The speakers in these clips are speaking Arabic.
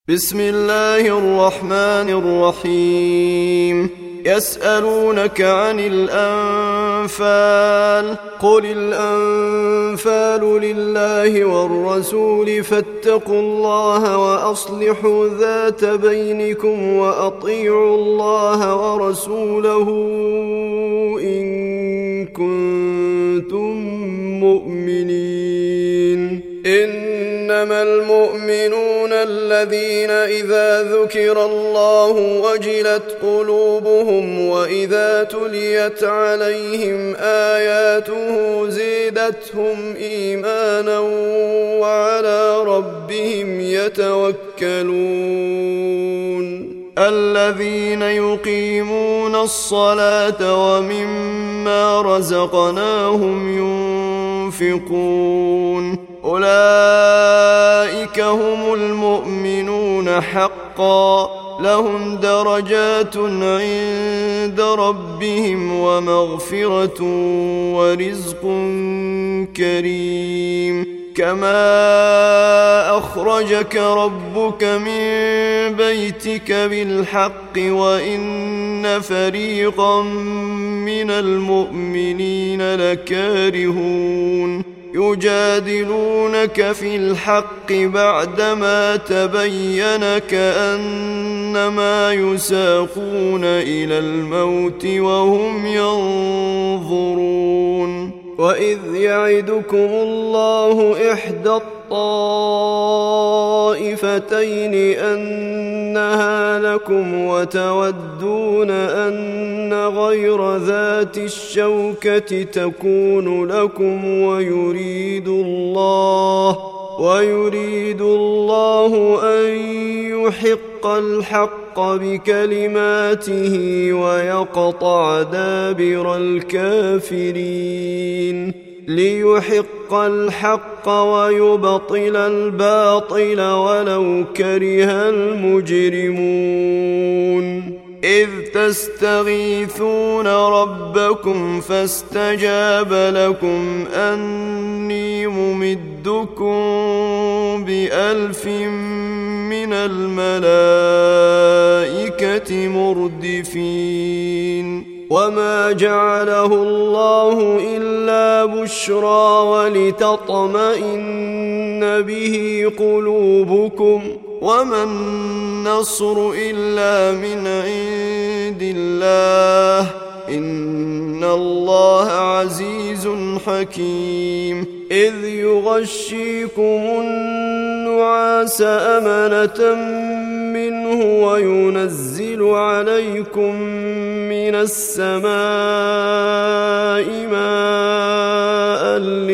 بسم الله الرحمن الرحيم. يسألونك عن الأنفال، قل الأنفال لله والرسول فاتقوا الله وأصلحوا ذات بينكم وأطيعوا الله ورسوله إن كنتم مؤمنين. إنما المؤمنون الذين إذا ذكر الله وجلت قلوبهم وإذا تليت عليهم آياته زيدتهم إيمانا وعلى ربهم يتوكلون. الذين يقيمون الصلاة ومما رزقناهم ينفقون أولئك هم المؤمنون حقا، لهم درجات عند ربهم ومغفرة ورزق كريم. كما أخرجك ربك من بيتك بالحق وإن فريقا من المؤمنين لكارهون. يجادلونك في الحق بعدما تبين كأنما يساقون إلى الموت وهم ينظرون. وإذ يعدكم الله إحدى الطائفتين أنها لكم وتودون أن غير ذات الشوكة تكون لكم ويريد الله أن يحق الحق بكلماته ويقطع دابر الكافرين، ليحق الحق ويبطل الباطل ولو كره المجرمون. إذ تستغيثون ربكم فاستجاب لكم أني ممدكم ب1000 من الملائكة مردفين. وما جعله الله إلا بشرى ولتطمئن به قلوبكم، وما النصر إلا من عند الله، إن الله عزيز حكيم. إذ يغشيكم النعاس أمنة منه وينزل عليكم من السماء ماء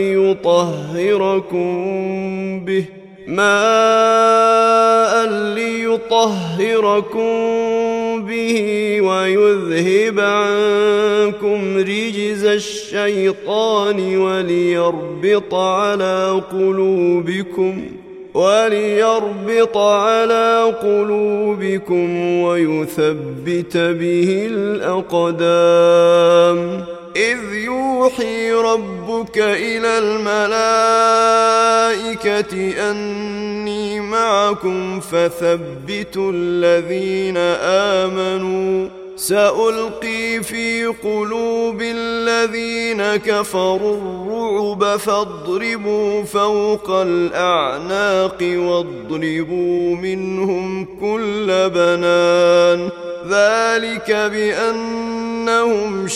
ليطهركم به ويذهب عنكم رجز الشيطان وليربط على قلوبكم ويثبت به الأقدام. إذ يوحي ربك إلى الملائكة أني معكم فثبتوا الذين آمنوا، سألقي في قلوب الذين كفروا الرعب فاضربوا فوق الأعناق واضربوا منهم كل بنان. ذلك بأنهم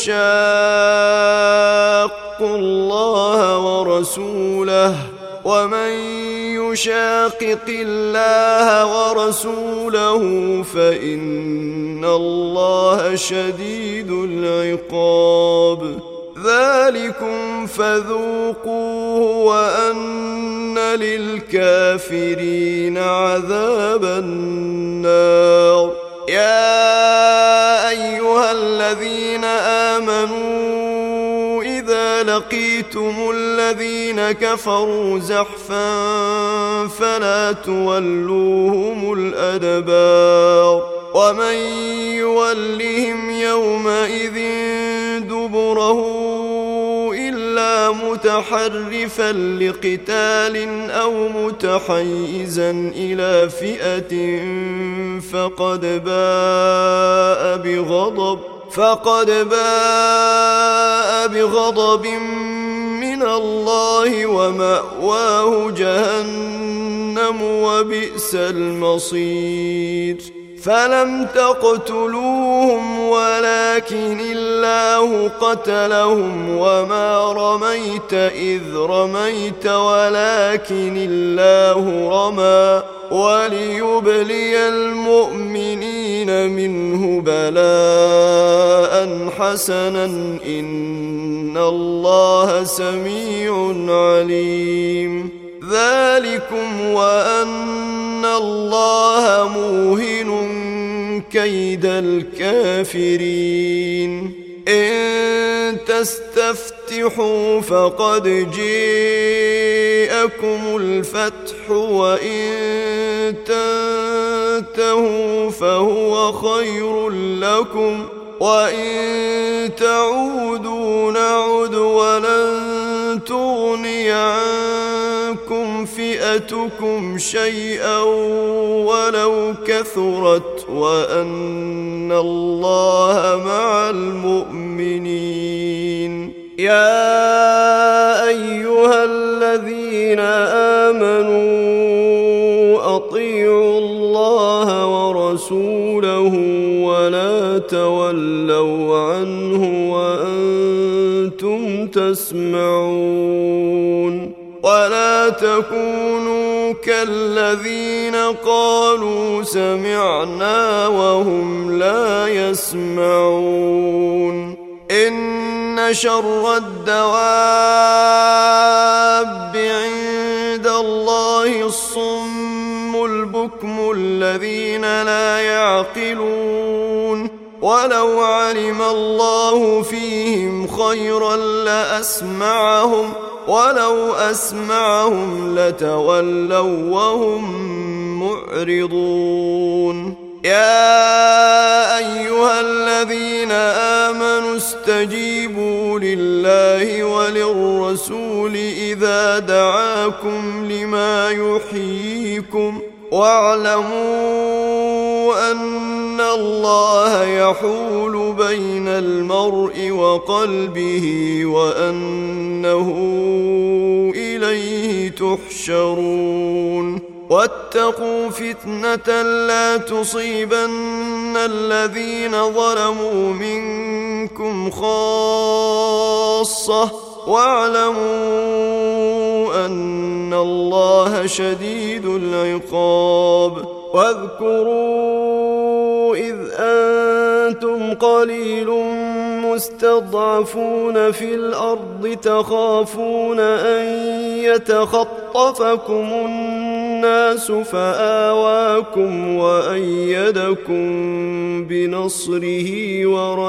شاقوا الله ورسوله، ومن يشاقق الله ورسوله فإن الله شديد العقاب. ذلكم فذوقوه وأن للكافرين عذاب النار. يا أيها الذين آمنوا إذا لقيتم الذين كفروا زحفا فلا تولوهم الأدبار، ومن يولهم يومئذ دبره إلا متحرفا لقتال أو متحيزا إلى فئة فقد باء بغضب من الله ومأواه جهنم وبئس المصير. فلم تقتلوهم ولكن الله قتلهم وما رميت إذ رميت ولكن الله رمى وليبلي المؤمنين منه بلاء حسنا إن الله سميع عليم. ذلكم وأن الله موهن كيد الكافرين. إن تستفتحوا فقد جاءكم الفتح وإن تنتهوا فهو خير لكم وإن تعودوا نعد ولن تغني عنكم فئتكم شيئا ولو كثرت وأن الله مع المؤمنين. يا أيها الذين آمنوا أطيعوا الله ورسوله ولا تولوا عنه وأنتم تسمعون. ولا تكونوا كالذين قالوا سمعنا وهم لا يسمعون. إن شر الدواب عند الله الصم البكم الذين لا يعقلون. ولو علم الله فيهم خيرا لأسمعهم ولو أسمعهم لتولوا وهم معرضون. يا أيها الذين آمنوا استجيبوا لله وللرسول إذا دعاكم لما يحييكم واعلموا أن الله يحول بين المرء وقلبه وأنه إليه تحشرون. واتقوا فتنة لا تصيبن الذين ظلموا منكم خاصة واعلموا أن الله شديد العقاب. واذكروا إذ أنتم قليل مستضعفون في الأرض تخافون أن يتخطفكم الناس فآواكم وأيدكم بنصره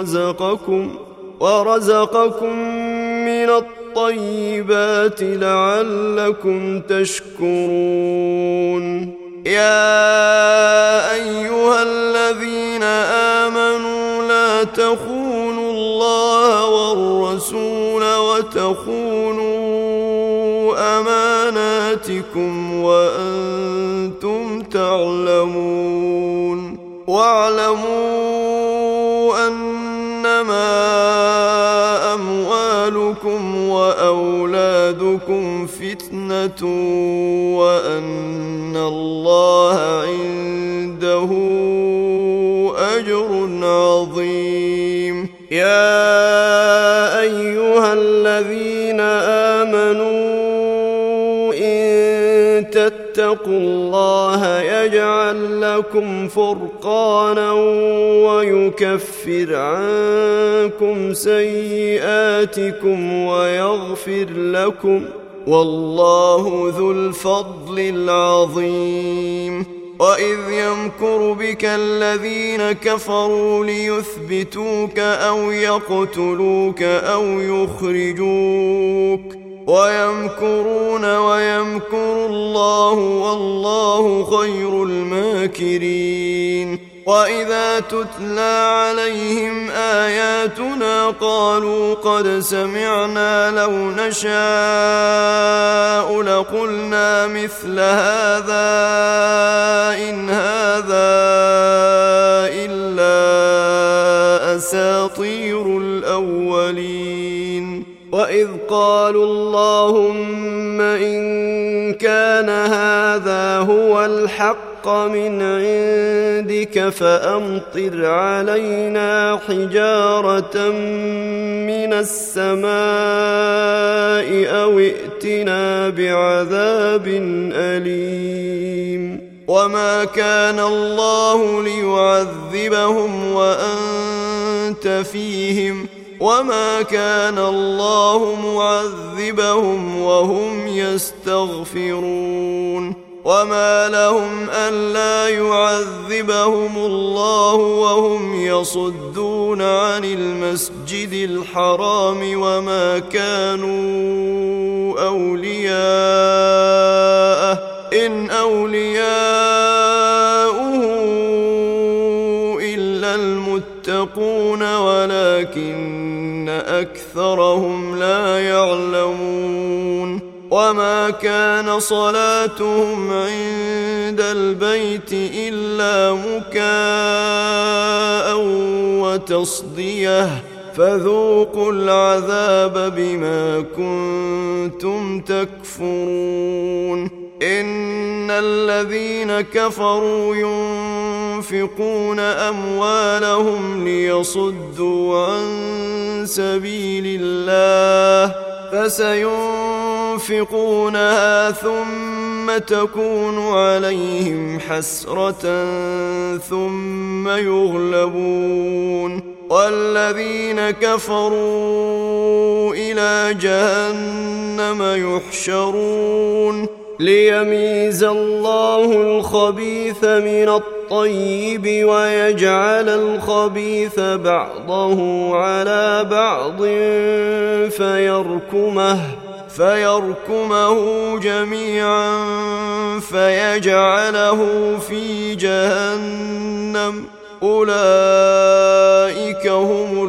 ورزقكم من الطيبات لعلكم تشكرون. يا أيها الذين آمنوا لا تخونوا الله والرسول وتخونوا أماناتكم وأنتم تعلمون. واعلموا أنما أموالكم وأولادكم فتنة وأن الله عنده أجر عظيم. يا أيها الذين آمنوا إن تتقوا الله يجعل لكم فرقانا ويكفر عنكم سيئاتكم ويغفر لكم والله ذو الفضل العظيم. وإذ يمكر بك الذين كفروا ليثبتوك أو يقتلوك أو يخرجوك ويمكرون ويمكر الله والله خير الماكرين وإذا تتلى عليهم آياتنا قالوا قد سمعنا لو نشاء لقلنا مثل هذا إن هذا إلا أساطير الأولين وإذ قالوا اللهم إن كان هذا هو الحق من عندك فأمطر علينا حجارة من السماء أو ائتنا بعذاب أليم وما كان الله ليعذبهم وأنت فيهم وما كان الله معذبهم وهم يستغفرون وما لهم ألا يعذبهم الله وهم يصدون عن المسجد الحرام وما كانوا أولياءه إن أولياؤه إلا المتقون ولكن أكثرهم لا يعلمون وما كان صلاتهم عند البيت إلا مكاء وتصديه فذوقوا العذاب بما كنتم تكفرون إن الذين كفروا ينفقون أموالهم ليصدوا عن سبيل الله فسينفقونها ثم تكون عليهم حسرة ثم يغلبون والذين كفروا إلى جهنم يحشرون ليميز الله الخبيث من الطيب ويجعل الخبيث بعضه على بعض فيركمه جميعا فيجعله في جهنم أولئك هم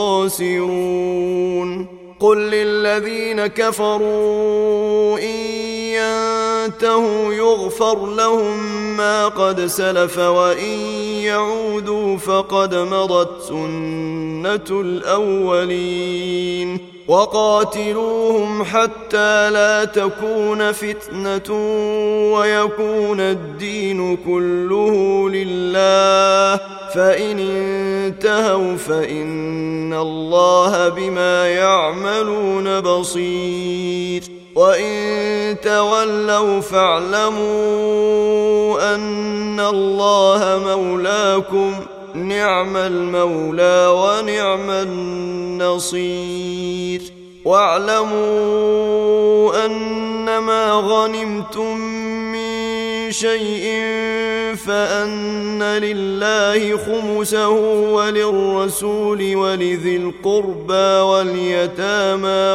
الخاسرون قل للذين كفروا إن ينتهوا يغفر لهم ما قد سلف وإن يعودوا فقد مضت سنة الأولين وقاتلوهم حتى لا تكون فتنة ويكون الدين كله لله فإن انتهوا فإن الله بما يعملون بصير وإن تولوا فاعلموا أن الله مولاكم نعم المولى ونعم النصير واعلموا أنما غنمتم من شيء فأن لله خمسه وللرسول ولذي القربى واليتامى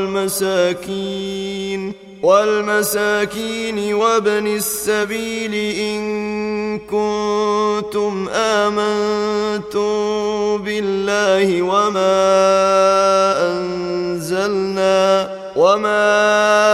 والمساكين وابن السبيل إن كنتم آمنتم بالله وما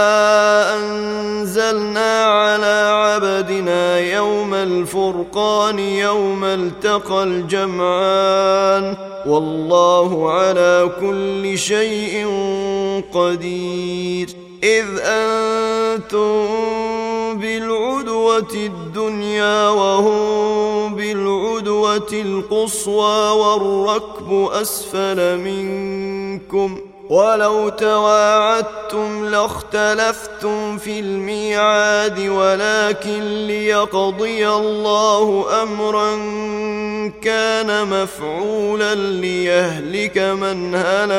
أنزلنا على عبدنا يوم الفرقان يوم التقى الجمعان والله على كل شيء قدير إذ أنتم بالعدوة الدنيا وهم بالعدوة القصوى والركب أسفل منكم ولو تواعدتم لاختلفتم في الميعاد ولكن ليقضي الله أمرا كان مفعولا ليهلك من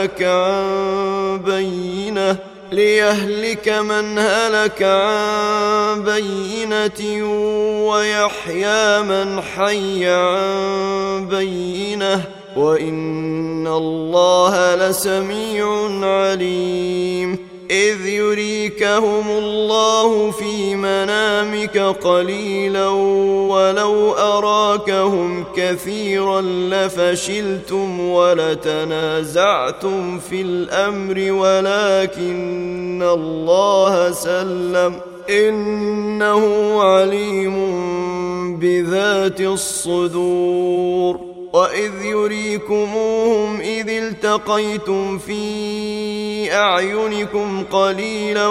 هلك عن بينة ويحيى من حي عن بينة وإن الله لسميع عليم إذ يريكهم الله في منامك قليلا ولو أراكهم كثيرا لفشلتم ولتنازعتم في الأمر ولكن الله سلم إنه عليم بذات الصدور وإذ يريكموهم إذ التقيتم في أعينكم قليلا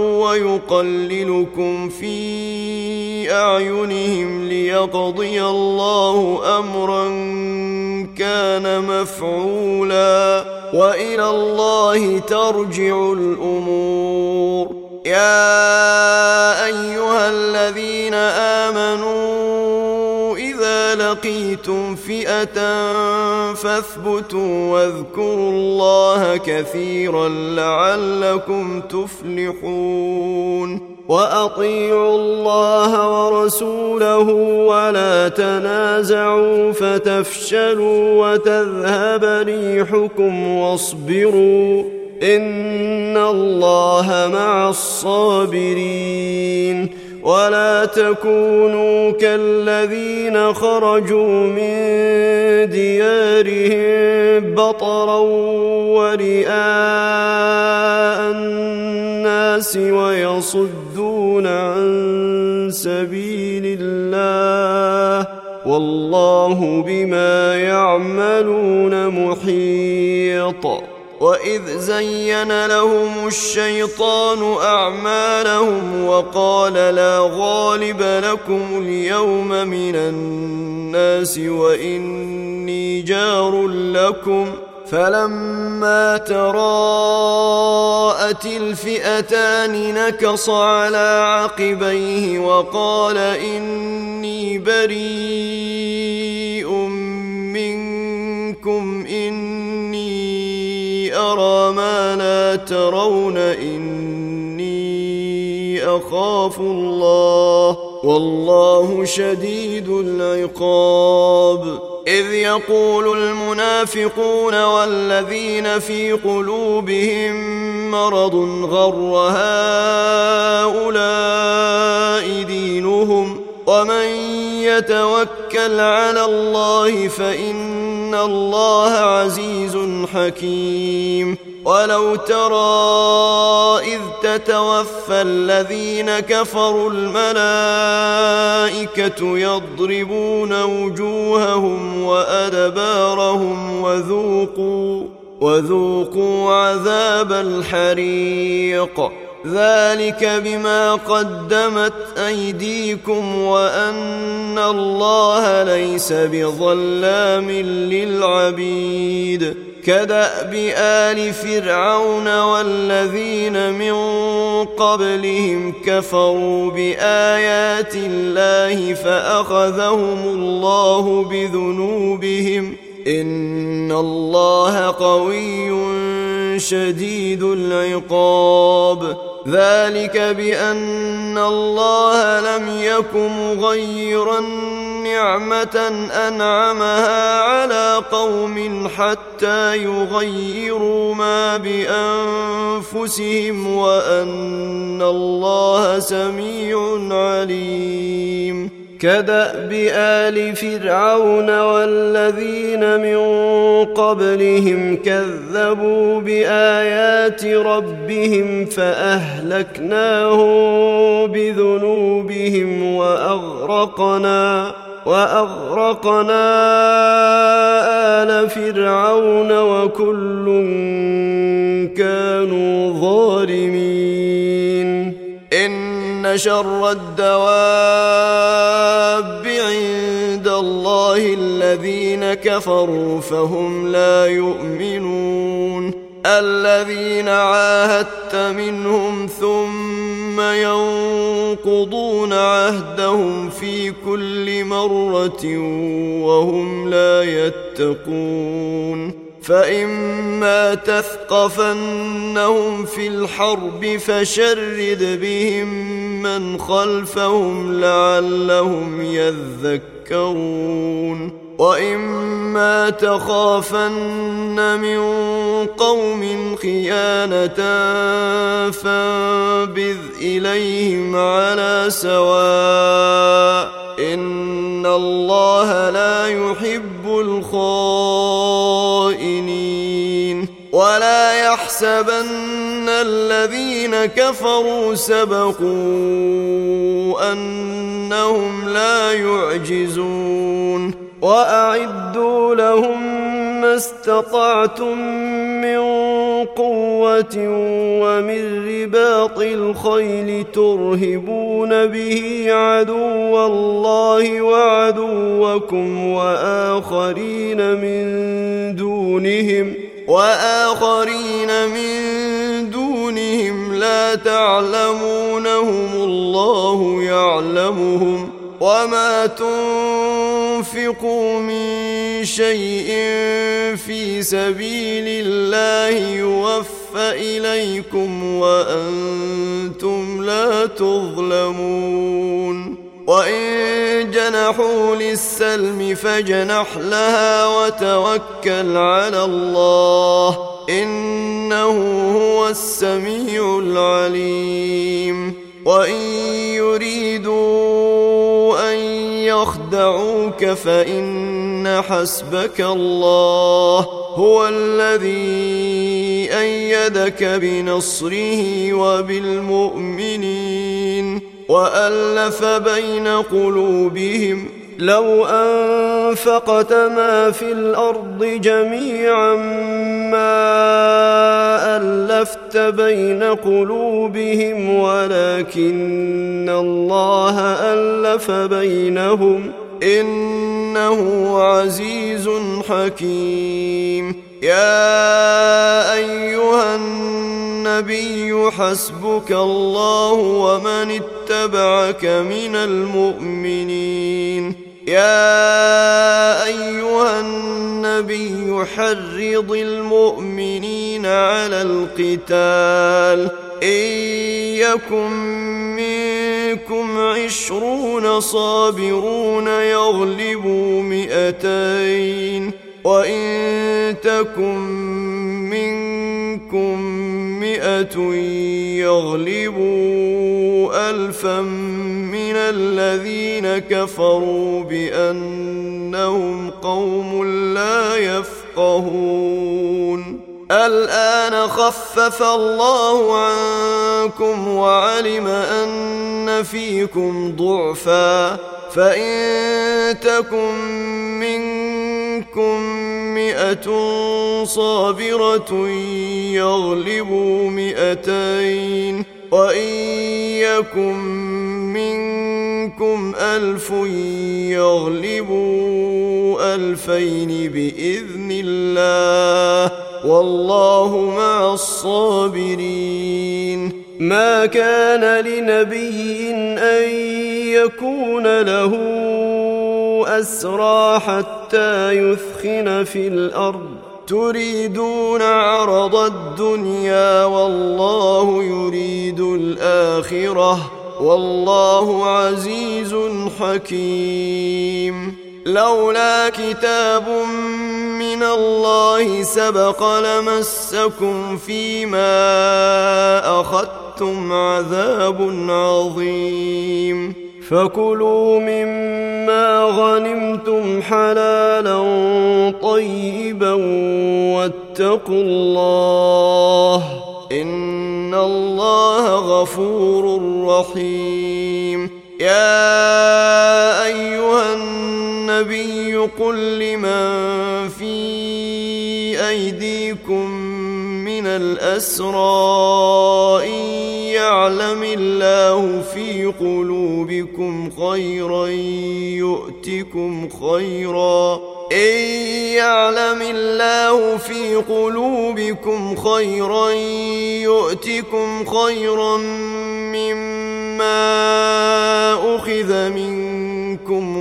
ويقللكم في أعينهم ليقضي الله أمرا كان مفعولا وإلى الله ترجع الأمور يا أيها الذين آمنوا إذا لقيتم فئة فاثبتوا واذكروا الله كثيرا لعلكم تفلحون وأطيعوا الله ورسوله ولا تنازعوا فتفشلوا وتذهب ريحكم واصبروا إن الله مع الصابرين ولا تكونوا كالذين خرجوا من ديارهم بطرا ورئاء الناس ويصدون عن سبيل الله والله بما يعملون محيط وإذ زين لهم الشيطان أعمالهم وقال لا غالب لكم اليوم من الناس وإني جار لكم فلما تراءت الفئتان نكص على عقبيه وقال إني بريء منكم إني أرى ما لا ترون إني أخاف الله والله شديد العقاب إذ يقول المنافقون والذين في قلوبهم مرض غر هؤلاء دينهم ومن يتوكل على الله فإن الله عزيز حكيم ولو ترى إذ تتوفى الذين كفروا الملائكة يضربون وجوههم وأدبارهم وذوقوا عذاب الحريق ذلك بما قدمت أيديكم وأن الله ليس بظلام للعبيد كدأب آل فرعون والذين من قبلهم كفروا بآيات الله فأخذهم الله بذنوبهم إن الله قوي شديد العقاب ذلك بأن الله لم يك مغيرا نعمة أنعمها على قوم حتى يغيروا ما بأنفسهم وأن الله سميع عليم كدأب آل فرعون والذين من قبلهم كذبوا بآيات ربهم فأهلكناهم بذنوبهم وأغرقنا آل فرعون وكل كانوا ظالمين إن شر الدواب عند الله الذين كفروا فهم لا يؤمنون الذين عاهدت منهم ثم ينقضون عهدهم في كل مرة وهم لا يتقون فإما تثقفنهم في الحرب فشرد بهم من خلفهم لعلهم يذكرون تذكرون وإما تخافن من قوم خيانة فانبذ إليهم على سواء إن الله لا يحب الخائنين ولا يحسبن الذين كفروا سبقوا أنهم لا يعجزون وأعدوا لهم ما استطعتم من قوة ومن رباط الخيل ترهبون به عدو الله وعدوكم وآخرين من دونهم لا تعلمونهم الله يعلمهم وما تنفقوا من شيء في سبيل الله يوفى إليكم وأنتم لا تظلمون وإن جنحوا للسلم فاجنح لها وتوكل على الله إنه هو السميع العليم وإن يريدوا أن يخدعوك فإن حسبك الله هو الذي أيدك بنصره وبالمؤمنين وألف بين قلوبهم لو أنفقت ما في الأرض جميعا ما ألفت بين قلوبهم ولكن الله ألف بينهم إنه عزيز حكيم يا أيها النبي حسبك الله ومن اتبعك من المؤمنين يا أيها النبي حرض المؤمنين على القتال إن يكن منكم 20 صابرون يغلبوا 200 وإن تكن منكم 100 يغلبوا 1000 من الذين كفروا بأنهم قوم لا يفقهون الآن خفف الله عنكم وعلم أن فيكم ضعفا فإن تكن منكم 100 صابرة يغلبوا 200 وإن يكن منكم 1000 يغلبوا 2000 بإذن الله والله مع الصابرين ما كان لنبي أن يكون له أسرى حتى يثخن في الأرض تريدون عرض الدنيا والله يريد الآخرة والله عزيز حكيم لولا كتاب من الله سبق لمسكم فيما أخذتم عذاب عظيم فكلوا مما غنمتم حلالا طيبا واتقوا الله إن الله غفور رحيم يا أيها النبي قل لمن في أيديكم من الأسرى إن يعلم الله في قلوبكم خيرا يؤتكم خيرا مما أخذ منكم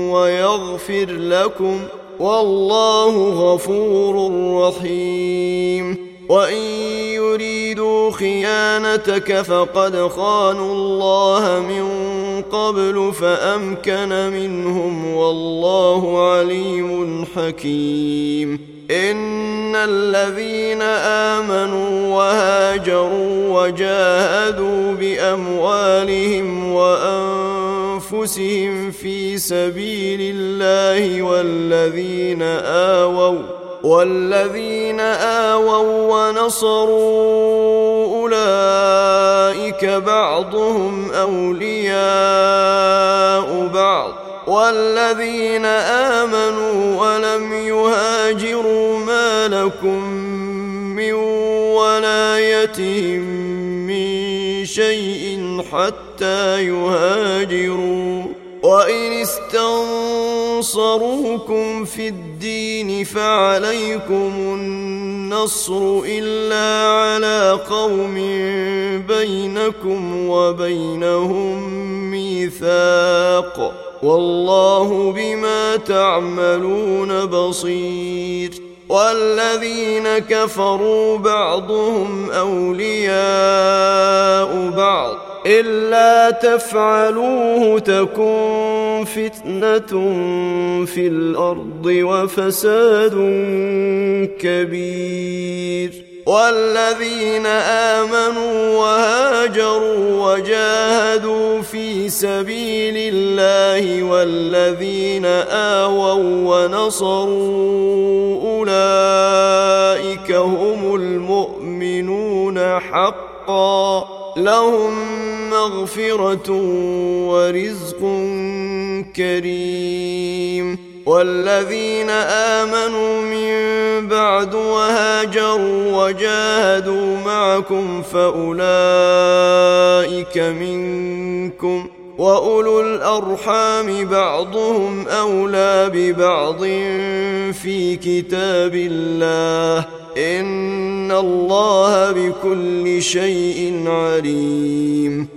ويغفر لكم والله غفور رحيم وإن يريدوا خيانتك فقد خانوا الله من قبل فأمكن منهم والله عليم حكيم إن الذين آمنوا وهاجروا وجاهدوا بأموالهم وأنفسهم في سبيل الله والذين آووا ونصروا أولئك بعضهم أولياء بعض والذين آمنوا ولم يهاجروا ما لكم من ولايتهم من شيء حتى يهاجروا وإن استنصروكم في الدين فعليكم النصر إلا على قوم بينكم وبينهم ميثاق والله بما تعملون بصير والذين كفروا بعضهم أولياء بعض إلا تفعلوه تكن فتنة في الأرض وفساد كبير والذين آمنوا وهاجروا وجاهدوا في سبيل الله والذين آووا ونصروا أولئك هم المؤمنون حقا لهم مغفرة ورزق كريم والذين آمنوا من بعد وهاجروا وجاهدوا معكم فأولئك منكم وأولو الأرحام بعضهم أولى ببعض في كتاب الله إن الله بكل شيء عليم